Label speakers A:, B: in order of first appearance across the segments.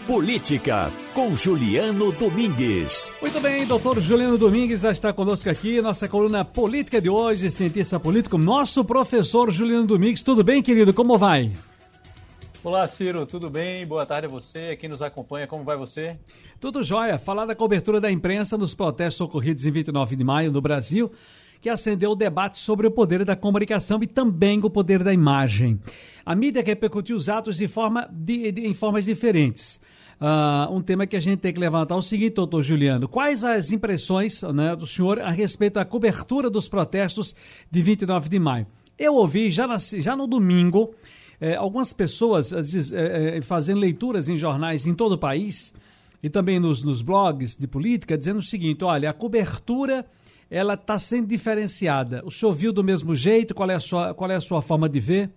A: Política, com Juliano Domingues.
B: Muito bem, doutor Juliano Domingues já está conosco aqui, nossa coluna política de hoje, cientista político, nosso professor Juliano Domingues. Tudo bem, querido? Como vai?
C: Olá, Ciro, tudo bem? Boa tarde a você, quem nos acompanha, como vai você?
B: Tudo jóia. Falar da cobertura da imprensa nos protestos ocorridos em 29 de maio no Brasil, que acendeu o debate sobre o poder da comunicação e também o poder da imagem. A mídia repercutiu os atos em formas diferentes. Um tema que a gente tem que levantar é o seguinte, doutor Juliano: quais as impressões, né, do senhor a respeito da cobertura dos protestos de 29 de maio? Eu ouvi já no domingo algumas pessoas fazendo leituras em jornais em todo o país e também nos blogs de política, dizendo o seguinte: olha, a cobertura ela está sendo diferenciada. O senhor viu do mesmo jeito? Qual é a sua forma de ver?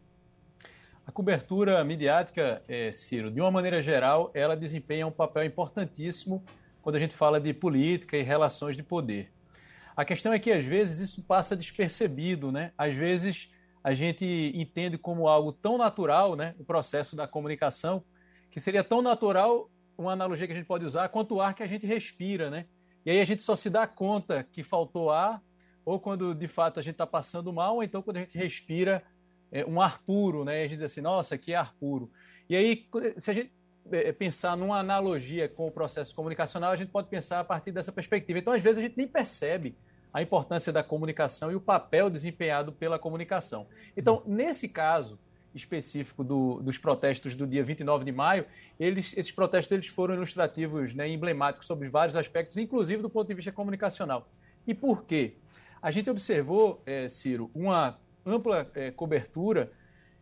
C: A cobertura midiática, Ciro, de uma maneira geral, ela desempenha um papel importantíssimo quando a gente fala de política e relações de poder. A questão é que, às vezes, isso passa despercebido, né? Às vezes, a gente entende como algo tão natural, né, o processo da comunicação, que seria tão natural, uma analogia que a gente pode usar, quanto o ar que a gente respira, né? E aí a gente só se dá conta que faltou ar, ou quando, de fato, a gente está passando mal, ou então quando a gente respira um ar puro, né? E a gente diz assim, nossa, que ar puro. E aí, se a gente pensar numa analogia com o processo comunicacional, a gente pode pensar a partir dessa perspectiva. Então, às vezes, a gente nem percebe a importância da comunicação e o papel desempenhado pela comunicação. Então, nesse caso específico dos protestos do dia 29 de maio, esses protestos foram ilustrativos, né, emblemáticos sobre vários aspectos, inclusive do ponto de vista comunicacional. E por quê? A gente observou, Ciro, uma ampla cobertura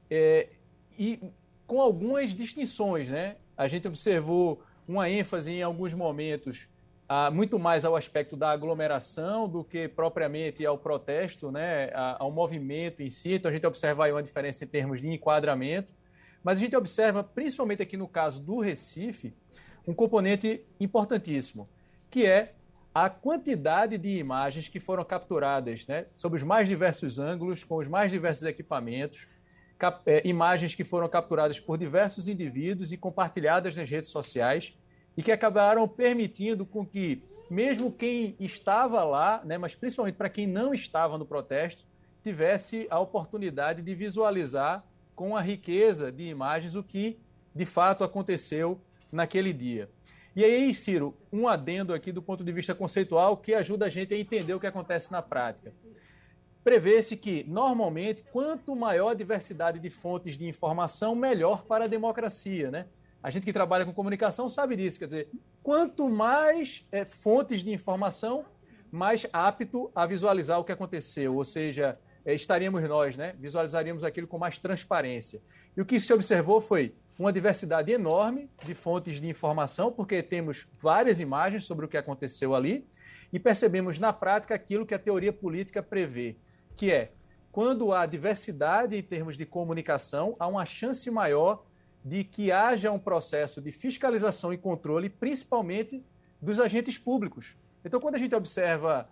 C: e com algumas distinções, né? A gente observou uma ênfase em alguns momentos muito mais ao aspecto da aglomeração do que propriamente ao protesto, né? Ao movimento em si. Então a gente observa aí uma diferença em termos de enquadramento, mas a gente observa, principalmente aqui no caso do Recife, um componente importantíssimo, que é a quantidade de imagens que foram capturadas, né, sob os mais diversos ângulos, com os mais diversos equipamentos, imagens que foram capturadas por diversos indivíduos e compartilhadas nas redes sociais e que acabaram permitindo com que, mesmo quem estava lá, né, mas principalmente para quem não estava no protesto, tivesse a oportunidade de visualizar com a riqueza de imagens o que, de fato, aconteceu naquele dia. E aí, Ciro, um adendo aqui do ponto de vista conceitual que ajuda a gente a entender o que acontece na prática. Prevê-se que, normalmente, quanto maior a diversidade de fontes de informação, melhor para a democracia, né? A gente que trabalha com comunicação sabe disso, quer dizer, quanto mais fontes de informação, mais apto a visualizar o que aconteceu, ou seja, estaríamos nós, né? Visualizaríamos aquilo com mais transparência. E o que se observou foi uma diversidade enorme de fontes de informação, porque temos várias imagens sobre o que aconteceu ali, e percebemos na prática aquilo que a teoria política prevê, que é, quando há diversidade em termos de comunicação, há uma chance maior de que haja um processo de fiscalização e controle, principalmente dos agentes públicos. Então, quando a gente observa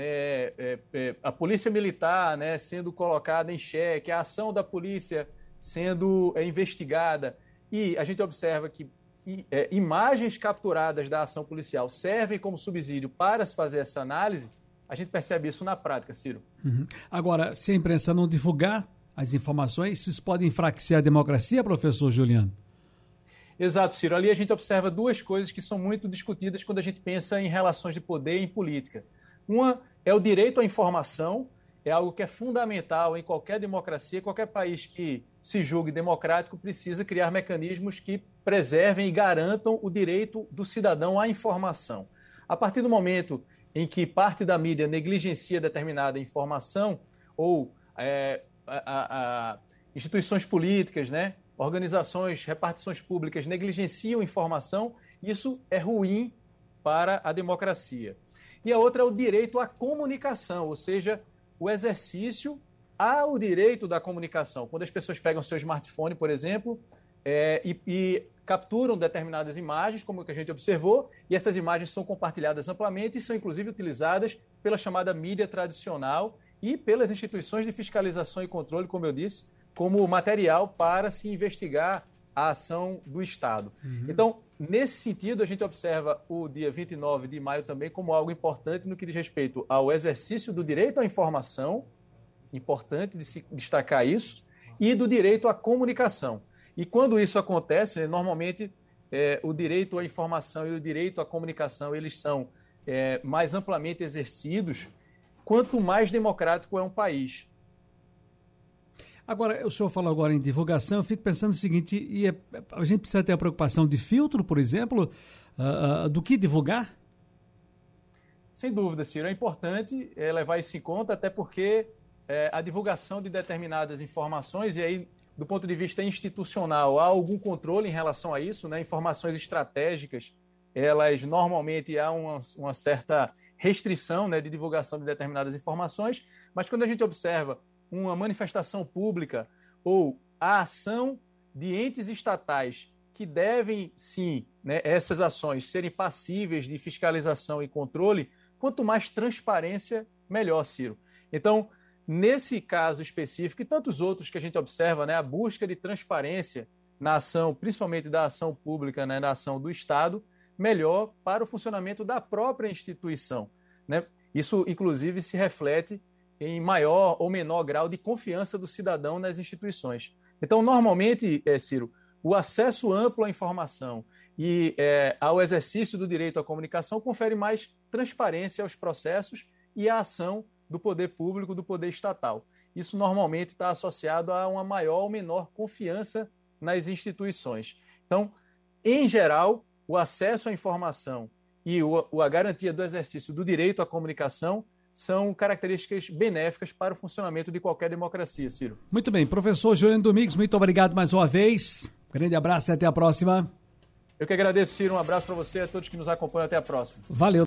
C: a polícia militar, né, sendo colocada em xeque, a ação da polícia sendo investigada, e a gente observa que imagens capturadas da ação policial servem como subsídio para se fazer essa análise, a gente percebe isso na prática, Ciro.
B: Uhum. Agora, se a imprensa não divulgar as informações, isso pode enfraquecer a democracia, professor Juliano?
C: Exato, Ciro. Ali a gente observa duas coisas que são muito discutidas quando a gente pensa em relações de poder e em política. Uma é o direito à informação, é algo que é fundamental em qualquer democracia, qualquer país que se julgue democrático precisa criar mecanismos que preservem e garantam o direito do cidadão à informação. A partir do momento em que parte da mídia negligencia determinada informação ou instituições políticas, né, organizações, repartições públicas negligenciam informação, isso é ruim para a democracia. E a outra é o direito à comunicação, ou seja, o exercício ao direito da comunicação. Quando as pessoas pegam seu smartphone, por exemplo, e capturam determinadas imagens, como o que a gente observou, e essas imagens são compartilhadas amplamente e são, inclusive, utilizadas pela chamada mídia tradicional e pelas instituições de fiscalização e controle, como eu disse, como material para se investigar a ação do Estado. Então, nesse sentido, a gente observa o dia 29 de maio também como algo importante no que diz respeito ao exercício do direito à informação, importante de se destacar isso, e do direito à comunicação. E quando isso acontece, normalmente o direito à informação e o direito à comunicação, eles são mais amplamente exercidos, quanto mais democrático é um país.
B: Agora, o senhor falou agora em divulgação, eu fico pensando o seguinte, a gente precisa ter a preocupação de filtro, por exemplo, do que divulgar?
C: Sem dúvida, Ciro, é importante levar isso em conta, até porque a divulgação de determinadas informações, e aí, do ponto de vista institucional, há algum controle em relação a isso, né? Informações estratégicas, elas normalmente há uma certa restrição, né, de divulgação de determinadas informações, mas quando a gente observa uma manifestação pública ou a ação de entes estatais que devem, sim, né, essas ações serem passíveis de fiscalização e controle, quanto mais transparência, melhor, Ciro. Então, nesse caso específico e tantos outros que a gente observa, né, a busca de transparência na ação, principalmente da ação pública, né, na ação do Estado, melhor para o funcionamento da própria instituição, né? Isso, inclusive, se reflete em maior ou menor grau de confiança do cidadão nas instituições. Então, normalmente, Ciro, o acesso amplo à informação e ao exercício do direito à comunicação confere mais transparência aos processos e à ação do poder público, do poder estatal. Isso normalmente está associado a uma maior ou menor confiança nas instituições. Então, em geral, o acesso à informação e a garantia do exercício do direito à comunicação são características benéficas para o funcionamento de qualquer democracia, Ciro.
B: Muito bem. Professor Juliano Domingues, muito obrigado mais uma vez. Grande abraço e até a próxima.
C: Eu que agradeço, Ciro. Um abraço para você e a todos que nos acompanham. Até a próxima.
B: Valeu.